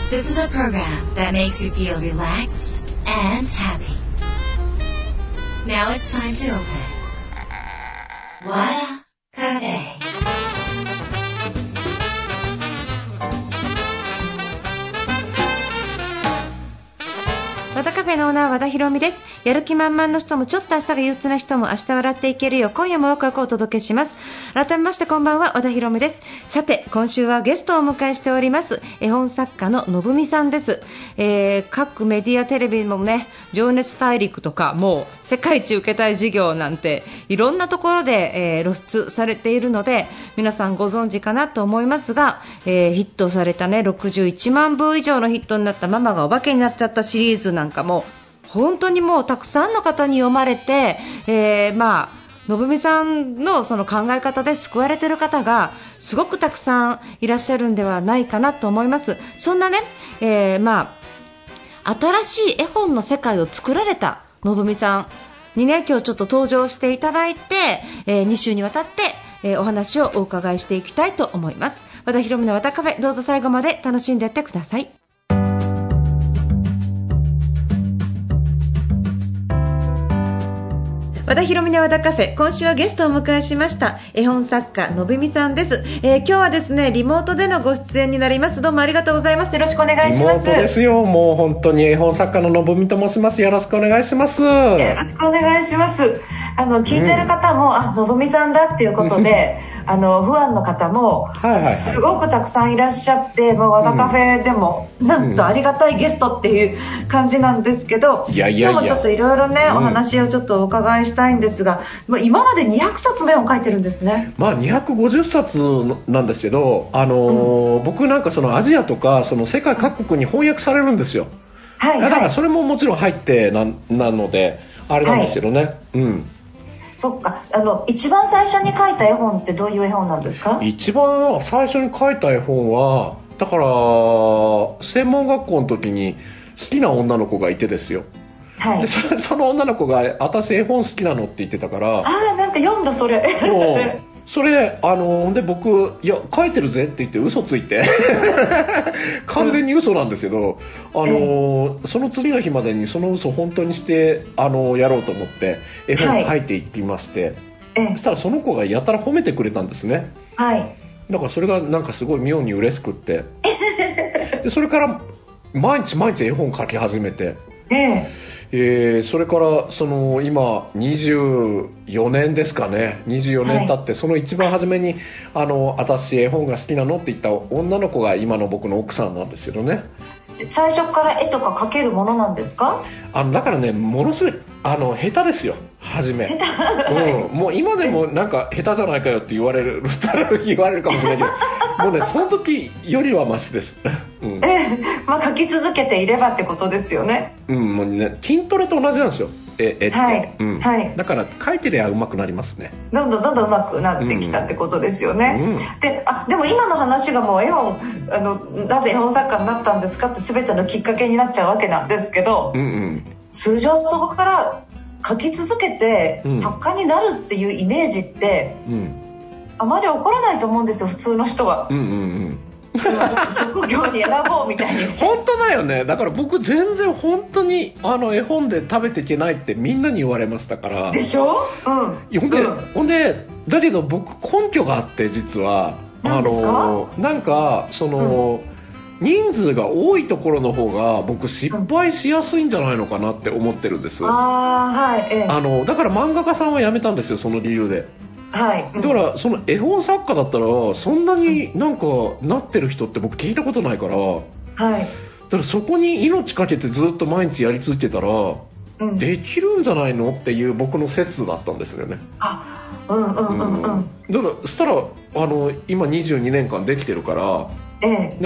This is a program that makes you feel relaxed and happy. Now it's time to open Wada Cafe. 和田カフェのオーナー和田博美です。やる気満々の人もちょっと明日が憂鬱な人も明日笑っていけるよう今夜もワクワクお届けします。改めましてこんばんは、和田博美です。さて今週はゲストをお迎えしております。絵本作家ののぶみさんです。各メディアテレビもね、情熱大陸とかもう世界一受けたい事業なんていろんなところで、露出されているので皆さんご存知かなと思いますが、ヒットされたね61万部以上のヒットになったママがお化けになっちゃったシリーズなんかも本当にもうたくさんの方に読まれて、のぶみさんのその考え方で救われている方がすごくたくさんいらっしゃるんではないかなと思います。そんなね、新しい絵本の世界を作られたのぶみさんにね、今日ちょっと登場していただいて、2週にわたって、お話をお伺いしていきたいと思います。和田博美の和田カフェ、どうぞ最後まで楽しんでいってください。和田博美の和田カフェ、今週はゲストをお迎えしました絵本作家のぶみさんです。今日はですねリモートでのご出演になります。どうもありがとうございます。よろしくお願いします。 リモートですよ。もう本当に絵本作家ののぶみと申します。よろしくお願いします。よろしくお願いします。聞いてる方も、のぶみさんだっていうことで不安の方もすごくたくさんいらっしゃって、もう和田カフェでも、なんとありがたいゲストっていう感じなんですけど、今日もちょっといろいろね、お話をちょっとお伺いしたいんですが、今まで200冊目を書いてるんですね。 250冊なんですけど、僕なんかそのアジアとかその世界各国に翻訳されるんですよ。だからそれももちろん入ってなのであれなんですけどね。 そっか。一番最初に書いた絵本ってどういう絵本なんですか？ 一番最初に書いた絵本はだから専門学校の時に好きな女の子がいてですよ。でその女の子が私絵本好きなのって言ってたから、 なんか読んだそれそれで僕いや書いてるぜって言って嘘ついて完全に嘘なんですけど、その次の日までにその嘘本当にしてやろうと思って絵本書いていきまして、そしたらその子がやたら褒めてくれたんですね。だからそれがなんかすごい妙に嬉しくってでそれから毎日絵本書き始めて、それからその今24年ですかね。24年経って、その一番初めに私絵本が好きなのって言った女の子が今の僕の奥さんなんですけどね。 最初から絵とか描けるものなんですか？だからね、ものすごい下手ですよ初め。もう今でもなんか下手じゃないかよって言われるかもしれないけどもうねその時よりはマシです。 描き続けていればってことですよね。 もうね、筋トレと同じなんですよ。って、だから書いてりゃ上手くなりますね。 どんどん上手くなってきたってことですよね。でも今の話がもう絵本なぜ絵本作家になったんですかって全てのきっかけになっちゃうわけなんですけど、通常そこから書き続けて作家になるっていうイメージって、あまり起こらないと思うんですよ普通の人は。職業に選ぼうみたいに本当だよね。だから僕全然本当に絵本で食べていけないってみんなに言われましたから。 でしょ？ ほんでだけど僕根拠があって、実はなんかその、人数が多いところの方が僕失敗しやすいんじゃないのかなって思ってるんです。だから漫画家さんは辞めたんですよ、その理由で。だからその絵本作家だったらそんなになんかなってる人って僕聞いたことないから、だからそこに命かけてずっと毎日やり続けたら、できるんじゃないのっていう僕の説だったんですよね。だからそしたら今22年間できてるから、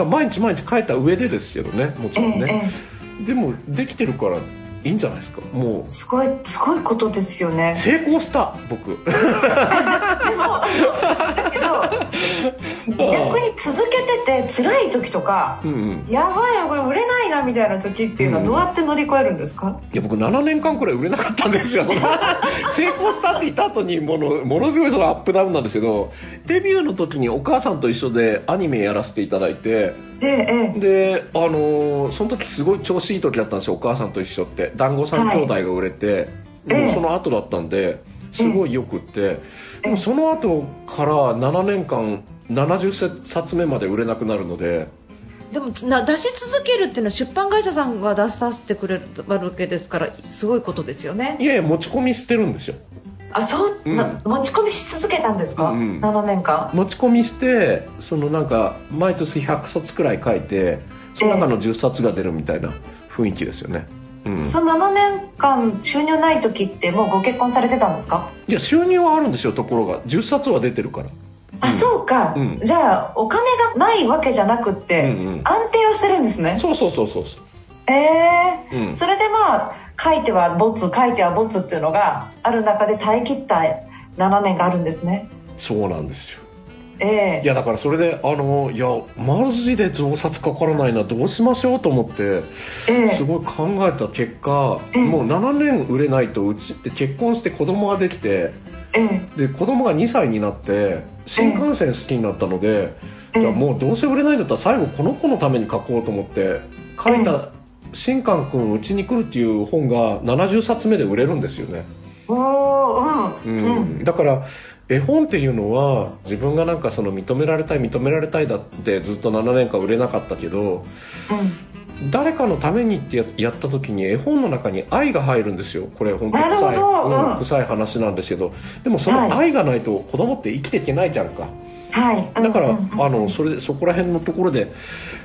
毎日書いた上でですけどね、もちろんね、でもできてるからいいんじゃないですか。もうすごいことですよね。 成功した僕。 だけど逆に続けてて辛い時とか、やばいこれ売れないなみたいな時っていうのはどうやって乗り越えるんですか？ いや僕7年間くらい売れなかったんですよ。成功したって言った後にものすごいそのアップダウンなんですけど、デビューの時にお母さんと一緒でアニメやらせていただいて、でその時すごい調子いい時だったんですよ。お母さんと一緒って団子三兄弟が売れて、その後だったんですごいよくって、でもその後から7年間70冊目まで売れなくなるので。 でも出し続けるっていうのは出版会社さんが出させてくれるわけですからすごいことですよね。 いやいや持ち込みしてるんですよ。 そう、持ち込みし続けたんですか、7年間持ち込みしてなんか毎年100冊くらい書いてその中の10冊が出るみたいな雰囲気ですよね。 その7年間収入ない時ってもうご結婚されてたんですか？ いや収入はあるんですよ。ところが10冊は出てるから。 そうか、じゃあお金がないわけじゃなくって、安定をしてるんですね。 そうそれで書いてはボツ書いてはボツっていうのがある中で耐え切った7年があるんですね。 そうなんですよ。いやだからそれでいやマジで増刷かからないなどうしましょうと思って、すごい考えた結果、もう7年売れないとうちって結婚して子供ができて、で子供が2歳になって新幹線好きになったので、じゃあもうどうせ売れないんだったら最後この子のために書こうと思って書いた新刊くんうちに来るっていう本が70冊目で売れるんですよね。だから絵本っていうのは自分がなんか認められたいだってずっと7年間売れなかったけど、誰かのためにってやった時に絵本の中に愛が入るんですよ。これ本当に臭い話なんですけど、でもその愛がないと子供って生きていけないじゃんか。だからそこら辺のところで、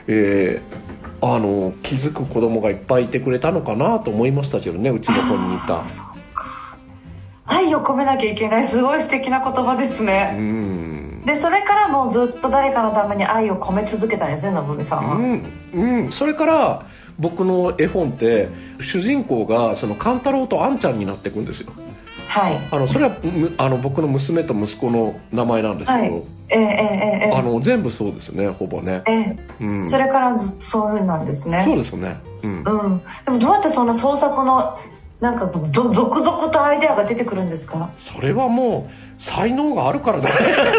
気づく子供がいっぱいいてくれたのかなと思いましたけどね。うちの子にいた愛を込めなきゃいけないすごい素敵な言葉ですね。でそれからもうずっと誰かのために愛を込め続けたんですね、のぶみさんは。 それから僕の絵本って主人公がカンタロウとアンちゃんになっていくんですよ。それは僕の娘と息子の名前なんですけど、全部そうですね、ほぼね。 それからずっとそういう風なんですね。 そうですね。 でもどうやってその創作のなんか続々とアイデアが出てくるんですか？ それはもう才能があるからだね。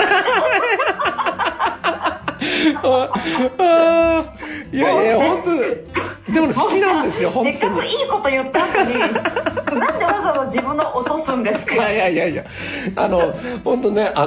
いや本当でも好きなんですよ。本当にせっかくいいこと言った後になんでわざわざ自分の落とすんですか？ いや本当ね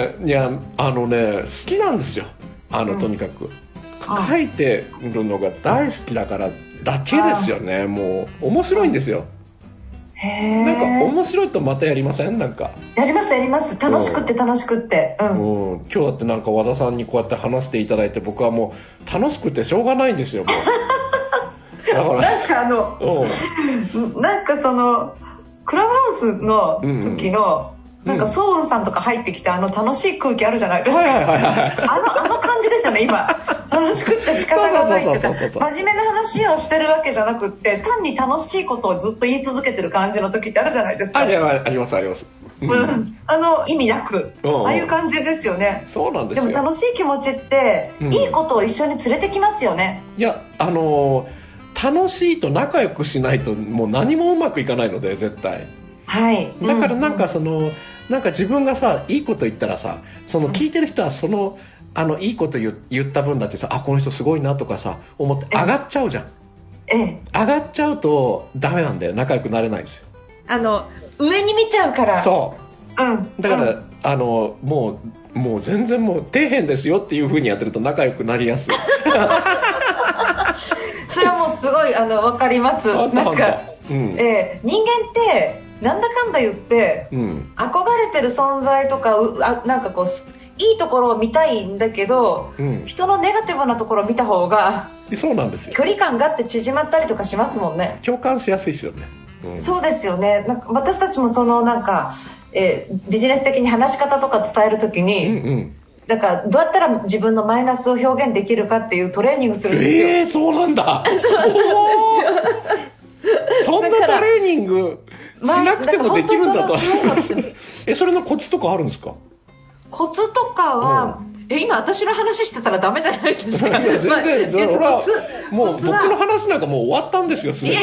好きなんですよ。とにかく書いてるのが大好きだからだけですよね。もう面白いんですよ。なんか面白いとまたやりません？なんかやります楽しくって今日だってなんか和田さんにこうやって話していただいて僕はもう楽しくてしょうがないんですよ。もうだからなんかクラブハウスの時のなんかソウンさんとか入ってきた楽しい空気あるじゃないですか。あの感じですよね。今楽しくって仕方がないって真面目な話をしてるわけじゃなくって単に楽しいことをずっと言い続けてる感じの時ってあるじゃないですか。 あります。 意味なくああいう感じですよね。 そうなんですよ。 でも楽しい気持ちっていいことを一緒に連れてきますよね。 いや楽しいと仲良くしないともう何もうまくいかないので絶対。だからなんかなんか自分がさいいこと言ったらさ聞いてる人はいいこと言った分だってさこの人すごいなとかさ思って上がっちゃうじゃん。上がっちゃうとダメなんだよ。仲良くなれないですよ。 上に見ちゃうから。 だから、もう全然もう底辺ですよっていう風にやってると仲良くなりやすい。 それはもうすごい分かります。なんか、人間ってなんだかんだ言って、憧れてる存在とかなんかこういいところを見たいんだけど、人のネガティブなところを見た方がそうなんですよ。 距離感があって縮まったりとかしますもんね。 共感しやすいですよね。 そうですよね。なんか私たちもなんか、ビジネス的に話し方とか伝えるときに、だからどうやったら自分のマイナスを表現できるかっていうトレーニングするんですよ。 そうなんだ。そんなトレーニングしなくてもできるんだと。それのコツとかあるんですか？ コツとかは、 今私の話してたらダメじゃないですか。 いや全然、俺はもう僕の話なんかもう終わったんですよ、すべて。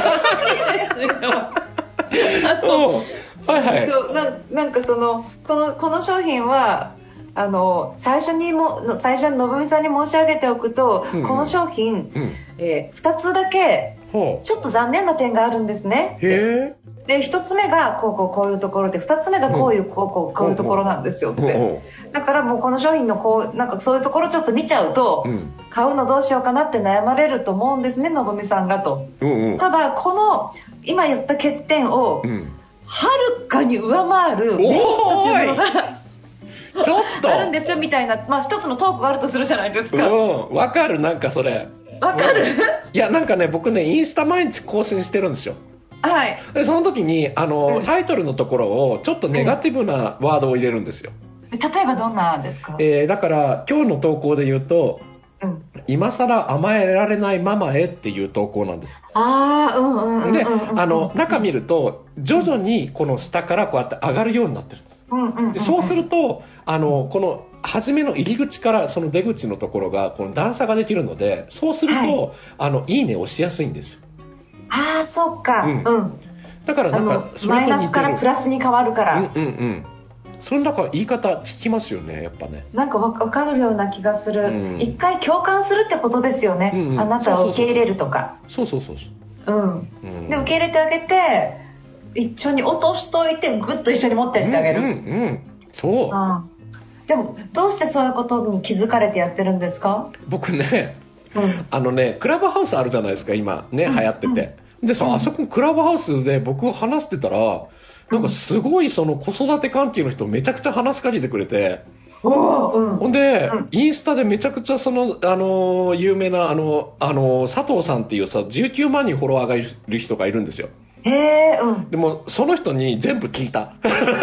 はいはい。 なんかこの商品は最初にのぶみさんに申し上げておくと、この商品、2つだけちょっと残念な点があるんですね。で1つ目がこういうところで、2つ目がこういうところなんですよって。だからもうこの商品のなんかそういうところちょっと見ちゃうと、買うのどうしようかなって悩まれると思うんですね、のぶみさんがと。ただこの今言った欠点をはるかに上回るメリットというのがちょっとあるんですよみたいな、一つのトークがあるとするじゃないですか。 わかる、なんかそれわかる。 いやなんかね、僕ねインスタ毎日更新してるんですよ。 はい。 でその時にタイトルのところをちょっとネガティブなワードを入れるんですよ。 例えばどんなですか？ だから今日の投稿で言うと、今更甘えられないママへっていう投稿なんです。で、中見ると徐々にこの下からこうやって上がるようになってるんです。でそうするとこの初めの入り口からその出口のところがこの段差ができるので、そうすると、いいね押しやすいんですよ。 そうか。 だからなんかそれと似てる、 マイナスからプラスに変わるから。 その中言い方聞きますよね、やっぱね。 なんか分かるような気がする。一回共感するってことですよね。あなたを受け入れるとか。 そう。 で受け入れてあげて、一緒に落としといてグッと一緒に持ってってあげる。 そう。 でもどうしてそういうことに気づかれてやってるんですか？ 僕ね、クラブハウスあるじゃないですか今ね、流行ってて。でさ、あそこクラブハウスで僕話してたら、なんかすごいその子育て関係の人めちゃくちゃ話しかけてくれて、ほんで、インスタでめちゃくちゃその有名な佐藤さんっていうさ19万人フォロワーがいる人がいるんですよ。でもその人に全部聞いた。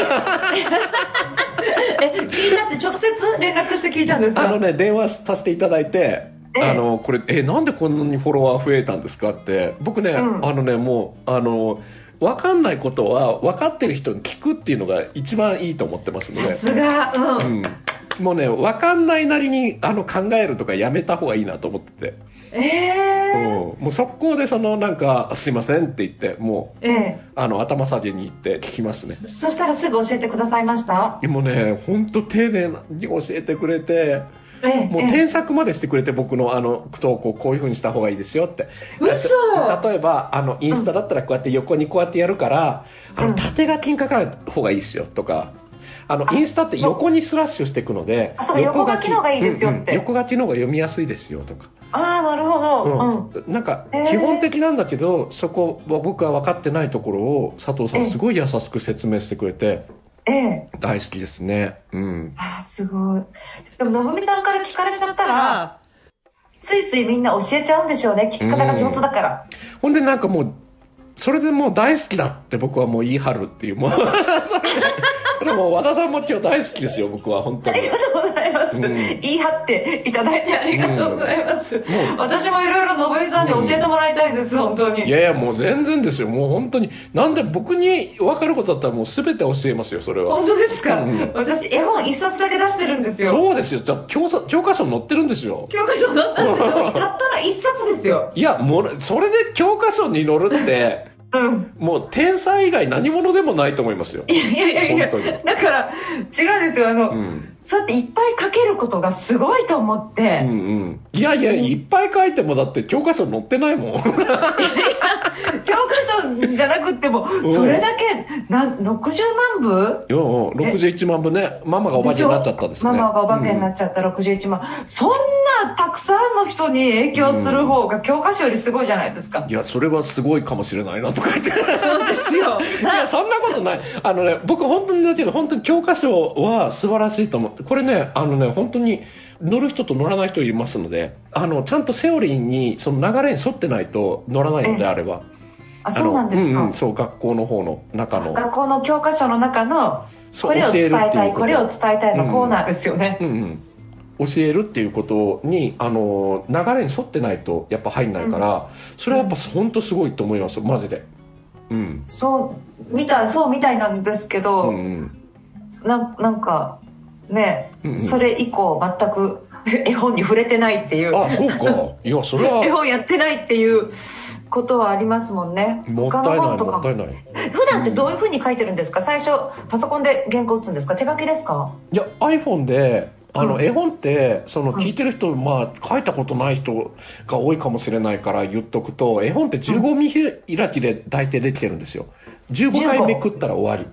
聞いたって直接連絡して聞いたんですか？ 電話させていただいて、これなんでこんなにフォロワー増えたんですかって僕ね、もう分かんないことは分かってる人に聞くっていうのが一番いいと思ってますので。 さすが。 もうね、分かんないなりに考えるとかやめた方がいいなと思ってて。もう速攻でなんかすいませんって言ってもう、頭下げに行って聞きますね。 そしたらすぐ教えてくださいました？ もうね、本当丁寧に教えてくれて、もう添削までしてくれて、僕の投稿こういう風にした方がいいですよって。 嘘。 例えばインスタだったらこうやって横にこうやってやるから、縦書きに書かない方がいいですよとか。インスタって横にスラッシュしていくので、 横書きの方がいいですよって。 横書きの方が読みやすいですよとか。 なるほど。 なんか基本的なんだけど、そこは僕は分かってないところを佐藤さんすごい優しく説明してくれて、大好きですね。 すごい。でものぶみさんから聞かれちゃったらついついみんな教えちゃうんでしょうね、聞き方が上手だから。 ほんでなんかもうそれでもう大好きだって僕はもう言い張るっていう、もうそれもう和田さんも今日大好きですよ、僕は本当に。 ありがとうございます。言い張っていただいてありがとうございます。私もいろいろのぶみさんに教えてもらいたいです、本当に。 いやもう全然ですよ、もう本当に。なんで僕に分かることだったらもう全て教えますよ、それは。 本当ですか？私絵本一冊だけ出してるんですよ。 そうですよ、教科書に載ってるんですよ。 教科書に載ったんですよ。たったら一冊ですよ。 いやもうそれで教科書に載るってもう天才以外何者でもないと思いますよ。 いや本当に。だから違うんですよ、そうやっていっぱい書けることがすごいと思って。 いやいっぱい書いてもだって教科書載ってないもん。 教科書じゃなくてもそれだけ60万部 61万部ね。ママがお化けになっちゃったですね。 ママがお化けになっちゃった61万、そんなたくさんの人に影響する方が教科書よりすごいじゃないですか。 いやそれはすごいかもしれないなとか言って。 そうですよ。 いやそんなことない。僕本当にだけど本当に教科書は素晴らしいと思って、これね本当に乗る人と乗らない人いますので、ちゃんとセオリーにその流れに沿ってないと乗らないのであれば。 そうなんですか。 そう、学校の方の中の学校の教科書の中のこれを伝えたいこれを伝えたいのコーナーですよね。 教えるっていうことに流れに沿ってないとやっぱ入んないから、それはやっぱ本当すごいと思います、マジで。そうみたいなんですけど、なんかね、それ以降全く絵本に触れてないっていう。 あ、そうか。いや、それは絵本やってないっていうことはありますもんね。 もったいない、もったいない。 普段ってどういう風に書いてるんですか？最初パソコンで原稿打つんですか？手書きですか？ いや、 iPhone で絵本って聞いてる人、書いたことない人が多いかもしれないから言っとくと、絵本って15見開きで大体できてるんですよ。15回めくったら終わり。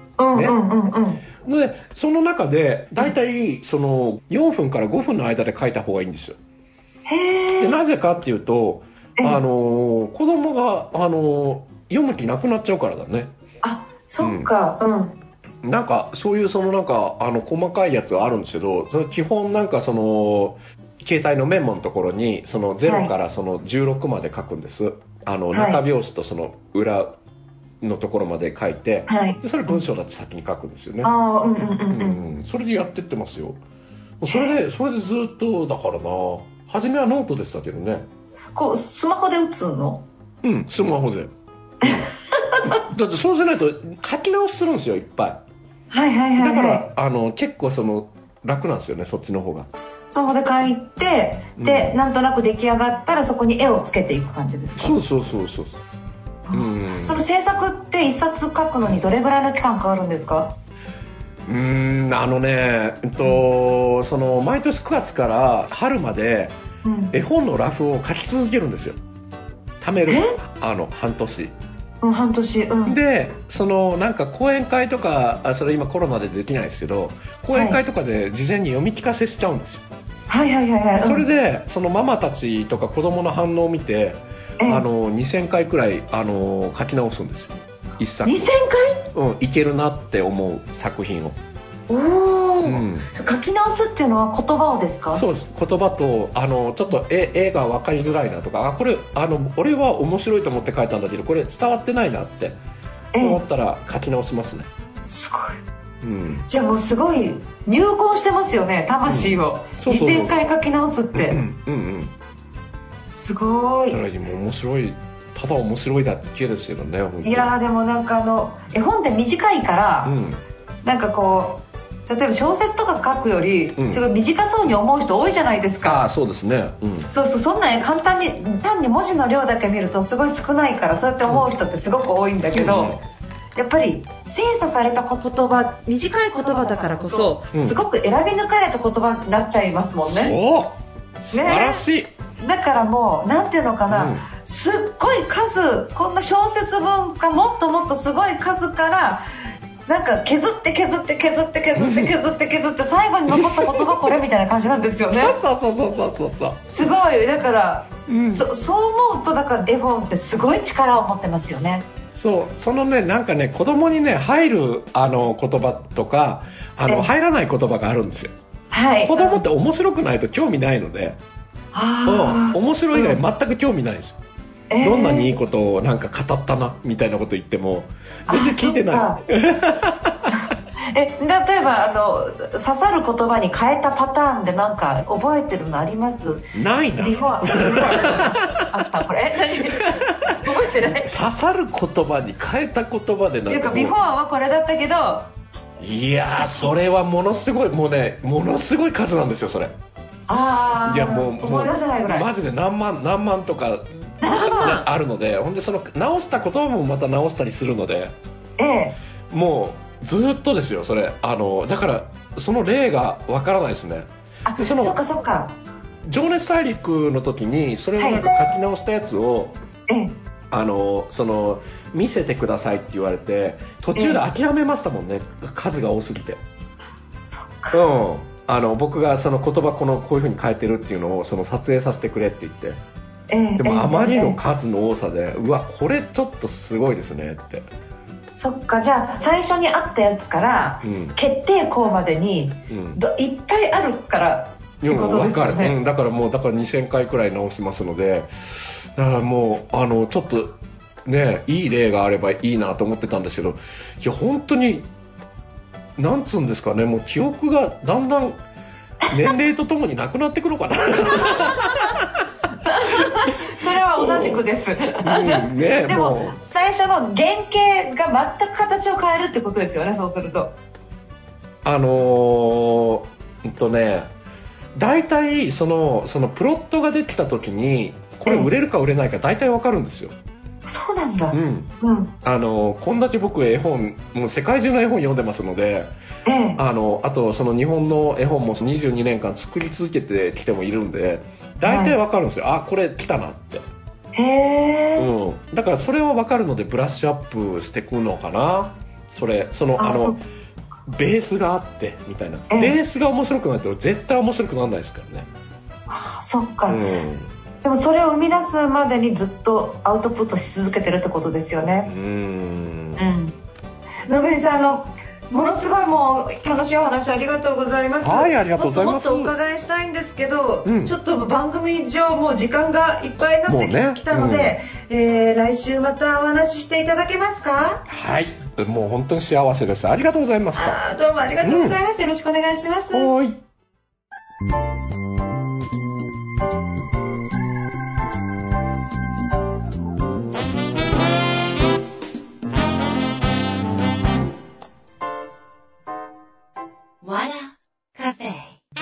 でその中で大体4分から5分の間で書いた方がいいんですよ。でなぜかっていうと子供が読む気なくなっちゃうからだね。 あ、そっか。 なんかそういう細かいやつがあるんですけど、それ基本なんか携帯のメモのところに0から16まで書くんです。中拍子と裏のところまで書いて、でそれ文章だって先に書くんですよね。それでやってってますよ。それでずっとだからな。初めはノートでしたけどね。 こうスマホで打つの？ スマホで。だってそうじゃないと書き直しするんですよ、いっぱい。だから結構楽なんですよね、そっちの方が。 スマホで書いて、でなんとなく出来上がったらそこに絵をつけていく感じですか？そう。その制作って一冊書くのにどれぐらいの期間かかるんですか？ 毎年9月から春まで絵本のラフを書き続けるんですよ。貯める半年。 半年。 でなんか講演会とかそれ今コロナでできないですけど、講演会とかで事前に読み聞かせしちゃうんですよ。それでママたちとか子供の反応を見て2000回くらい書き直すんですよ、一作。2000回？いけるなって思う作品を。 書き直すっていうのは言葉をですか？ そうです。言葉とちょっと絵が分かりづらいなとか、これ俺は面白いと思って書いたんだけどこれ伝わってないなって思ったら書き直しますね。 すごい。じゃあもうすごい入魂してますよね、魂を。2000回書き直すって。すごい。 だから面白い、ただ面白いだけですよね。 いやでもなんか絵本って短いから、なんかこう例えば小説とか書くよりすごい短そうに思う人多いじゃないですか。 そうですね。 そんな簡単に単に文字の量だけ見るとすごい少ないからそうやって思う人ってすごく多いんだけど、やっぱり精査された言葉、短い言葉だからこそ、すごく選び抜かれた言葉になっちゃいますもんね。 素晴らしい。 だからもうなんていうのかな、すっごい数、こんな小説文かもっともっとすごい数からなんか削って最後に残った言葉これみたいな感じなんですよね。 そうすごい。だから、そう思うとだから絵本ってすごい力を持ってますよね。 なんかね、子供にね入る言葉とか入らない言葉があるんですよ。子供って面白くないと興味ないので、面白い以外全く興味ないんですよ。どんなにいいことをなんか語ったなみたいなこと言っても全然聞いてない。 例えば刺さる言葉に変えたパターンでなんか覚えてるのあります？ ないな。 あったこれ覚えてない。 刺さる言葉に変えた言葉でなんかビフォーはこれだったけど、 いやそれはものすごいものすごい数なんですよそれ。いやもう思い出せないぐらいマジで何万とかあるので、ほんで直した言葉もまた直したりするので、もうずっとですよそれ。だからその例がわからないですね。 そっか。 情熱大陸の時にそれをなんか書き直したやつを、見せてくださいって言われて途中で諦めましたもんね、数が多すぎて。僕がその言葉こういう風に変えてるっていうのを撮影させてくれって言って、でもあまりの数の多さで、うわこれちょっとすごいですねって。 そっか。じゃあ最初にあったやつから、決定項までに、いっぱいあるからってことですよね。 だから2000回くらい直しますので、だからもうちょっとねいい例があればいいなと思ってたんですけど、いや本当になんつうんですかね、もう記憶がだんだん年齢とともになくなってくるかな。 それは同じくです。でも最初の原型が全く形を変えるってことですよね。そうすると大体そのプロットができた時にこれ売れるか売れないか大体わかるんですよ。 そうなんだ。 こんだけ僕絵本もう世界中の絵本読んでますので、あとその日本の絵本も22年間作り続けてきてもいるんで大体わかるんですよ、あこれ来たなって。だからそれはわかるのでブラッシュアップしていくのかな。ベースがあってみたいな、ベースが面白くないと絶対面白くならないですからね。 そっか、でもそれを生み出すまでにずっとアウトプットし続けてるってことですよね。野辺さんものすごいもう楽しいお話ありがとうございます。 はい、ありがとうございます。 もっとお伺いしたいんですけど、ちょっと番組上もう時間がいっぱいになってきたので、来週またお話ししていただけますか？ はい、もう本当に幸せです。ありがとうございました。 どうもありがとうございます。よろしくお願いします。 はい。 カフェ。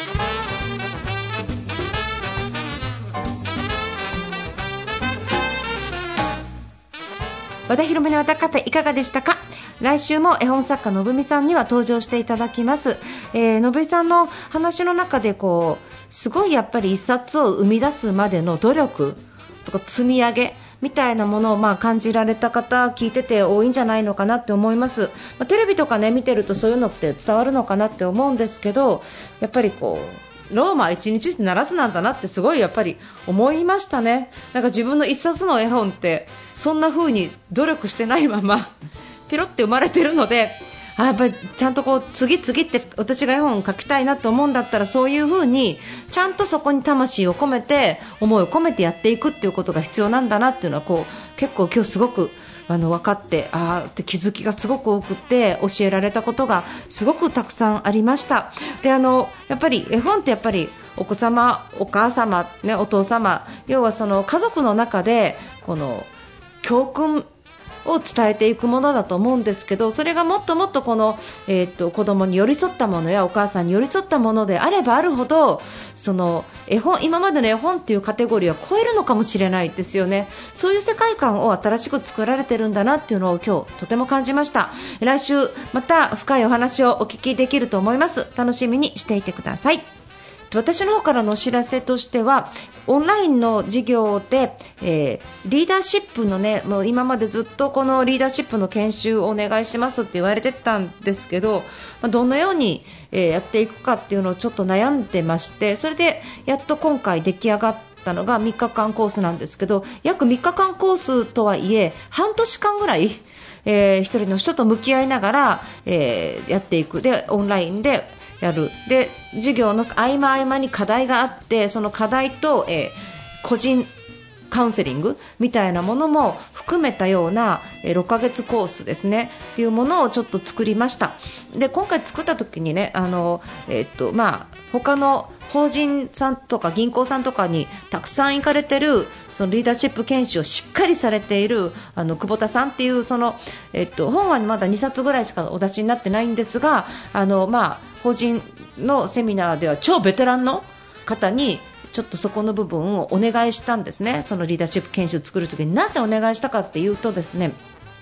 和田博美の和田カフェいかがでしたか？来週も絵本作家のぶみさんには登場していただきます。のぶみさんの話の中ですごいやっぱり一冊を生み出すまでの努力とか積み上げみたいなものを感じられた方聞いてて多いんじゃないのかなって思います。テレビとかね見てるとそういうのって伝わるのかなって思うんですけど、やっぱりローマ一日ならずなんだなってすごいやっぱり思いましたね。なんか自分の一冊の絵本ってそんな風に努力してないままピロって生まれてるので、やっぱりちゃんと次々って私が絵本を描きたいなと思うんだったらそういう風にちゃんとそこに魂を込めて思いを込めてやっていくっていうことが必要なんだなっていうのは結構今日すごく分かってって気づきがすごく多くて教えられたことがすごくたくさんありました。でやっぱり絵本ってやっぱりお子様お母様、お父様要はその家族の中でこの教訓を伝えていくものだと思うんですけど、それがもっともっと子供に寄り添ったものやお母さんに寄り添ったものであればあるほどその今までの絵本っていうカテゴリーは超えるのかもしれないですよね。そういう世界観を新しく作られてるんだなっていうのを今日とても感じました。来週また深いお話をお聞きできると思います。楽しみにしていてください。私の方からのお知らせとしてはオンラインの授業で、リーダーシップのねもう今までずっとこのリーダーシップの研修をお願いしますって言われてたんですけど、どのように、やっていくかっていうのをちょっと悩んでまして、それでやっと今回出来上がったのが3日間コースなんですけど、約3日間コースとはいえ半年間ぐらい、一人の人と向き合いながら、やっていく。でオンラインでやる。で授業の合間合間に課題があって、その課題と、個人カウンセリングみたいなものも含めたような6ヶ月コースですねっていうものをちょっと作りました。で今回作った時にね他の法人さんとか銀行さんとかにたくさん行かれてるそのリーダーシップ研修をしっかりされている久保田さんっていう本はまだ2冊ぐらいしかお出しになってないんですが、法人のセミナーでは超ベテランの方にちょっとそこの部分をお願いしたんですね。そのリーダーシップ研修を作るときになぜお願いしたかっていうとですね、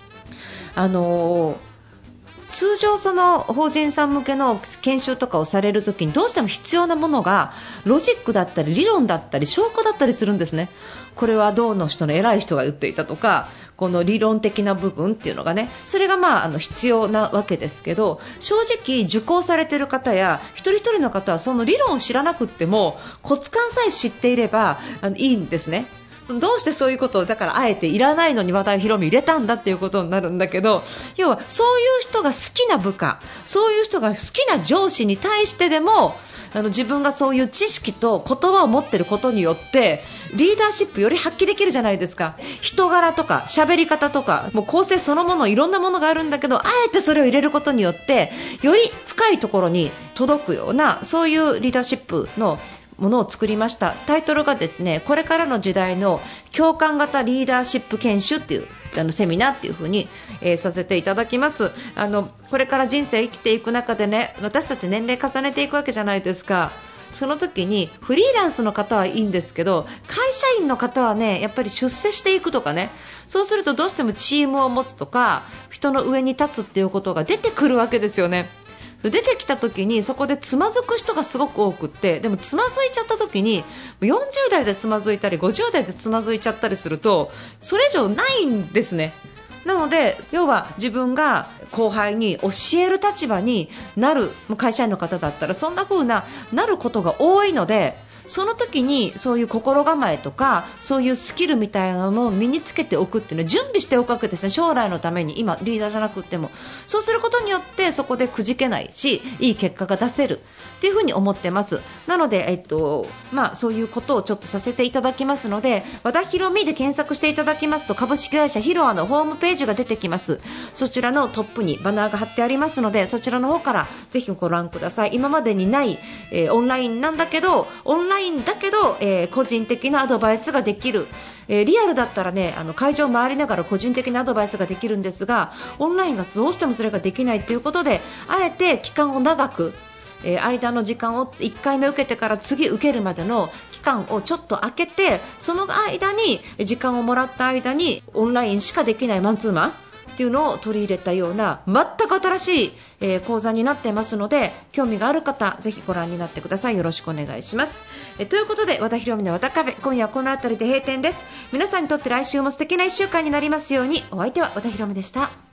通常その法人さん向けの研修とかをされるときにどうしても必要なものがロジックだったり理論だったり証拠だったりするんですね。これはどうの人の偉い人が言っていたとか、この理論的な部分っていうのがね、それが必要なわけですけど、正直受講されている方や一人一人の方はその理論を知らなくっても骨幹さえ知っていればいいんですね。どうしてそういうことをだからあえていらないのに和田博美入れたんだっていうことになるんだけど、要はそういう人が好きな部下、そういう人が好きな上司に対してでも自分がそういう知識と言葉を持っていることによってリーダーシップより発揮できるじゃないですか。人柄とか喋り方とかもう構成そのものいろんなものがあるんだけど、あえてそれを入れることによってより深いところに届くようなそういうリーダーシップのものを作りました。タイトルがですね、これからの時代の共感型リーダーシップ研修っていうセミナーっていう風に、させていただきます。これから人生生きていく中でね、私たち年齢重ねていくわけじゃないですか。その時にフリーランスの方はいいんですけど、会社員の方はね、やっぱり出世していくとかね、そうするとどうしてもチームを持つとか人の上に立つっていうことが出てくるわけですよね。出てきた時にそこでつまずく人がすごく多くって、でもつまずいちゃった時に40代でつまずいたり50代でつまずいちゃったりするとそれ以上ないんですね。なので要は自分が後輩に教える立場になる会社員の方だったらそんな風なることが多いので、その時にそういう心構えとかそういうスキルみたいなのを身につけておくっていうのは準備しておくわけですね。将来のために、今リーダーじゃなくてもそうすることによってそこでくじけないし、いい結果が出せるっていうふうに思ってます。なので、そういうことをちょっとさせていただきますので、和田ひろみで検索していただきますと株式会社ヒロアのホームページが出てきます。そちらのトップにバナーが貼ってありますので、そちらの方からぜひご覧ください。今までにない、オンラインなんだけど個人的なアドバイスができる、リアルだったらね、会場を回りながら個人的なアドバイスができるんですが、オンラインがどうしてもそれができないということで、あえて期間を長く、間の時間を1回目受けてから次受けるまでの期間をちょっと空けて、その間に時間をもらった間にオンラインしかできないマンツーマンっていうのを取り入れたような全く新しい、講座になっていますので、興味がある方ぜひご覧になってください。よろしくお願いします。ということで和田ひろみの和田カフェ、今夜はこの辺りで閉店です。皆さんにとって来週も素敵な1週間になりますように。お相手は和田ひろみでした。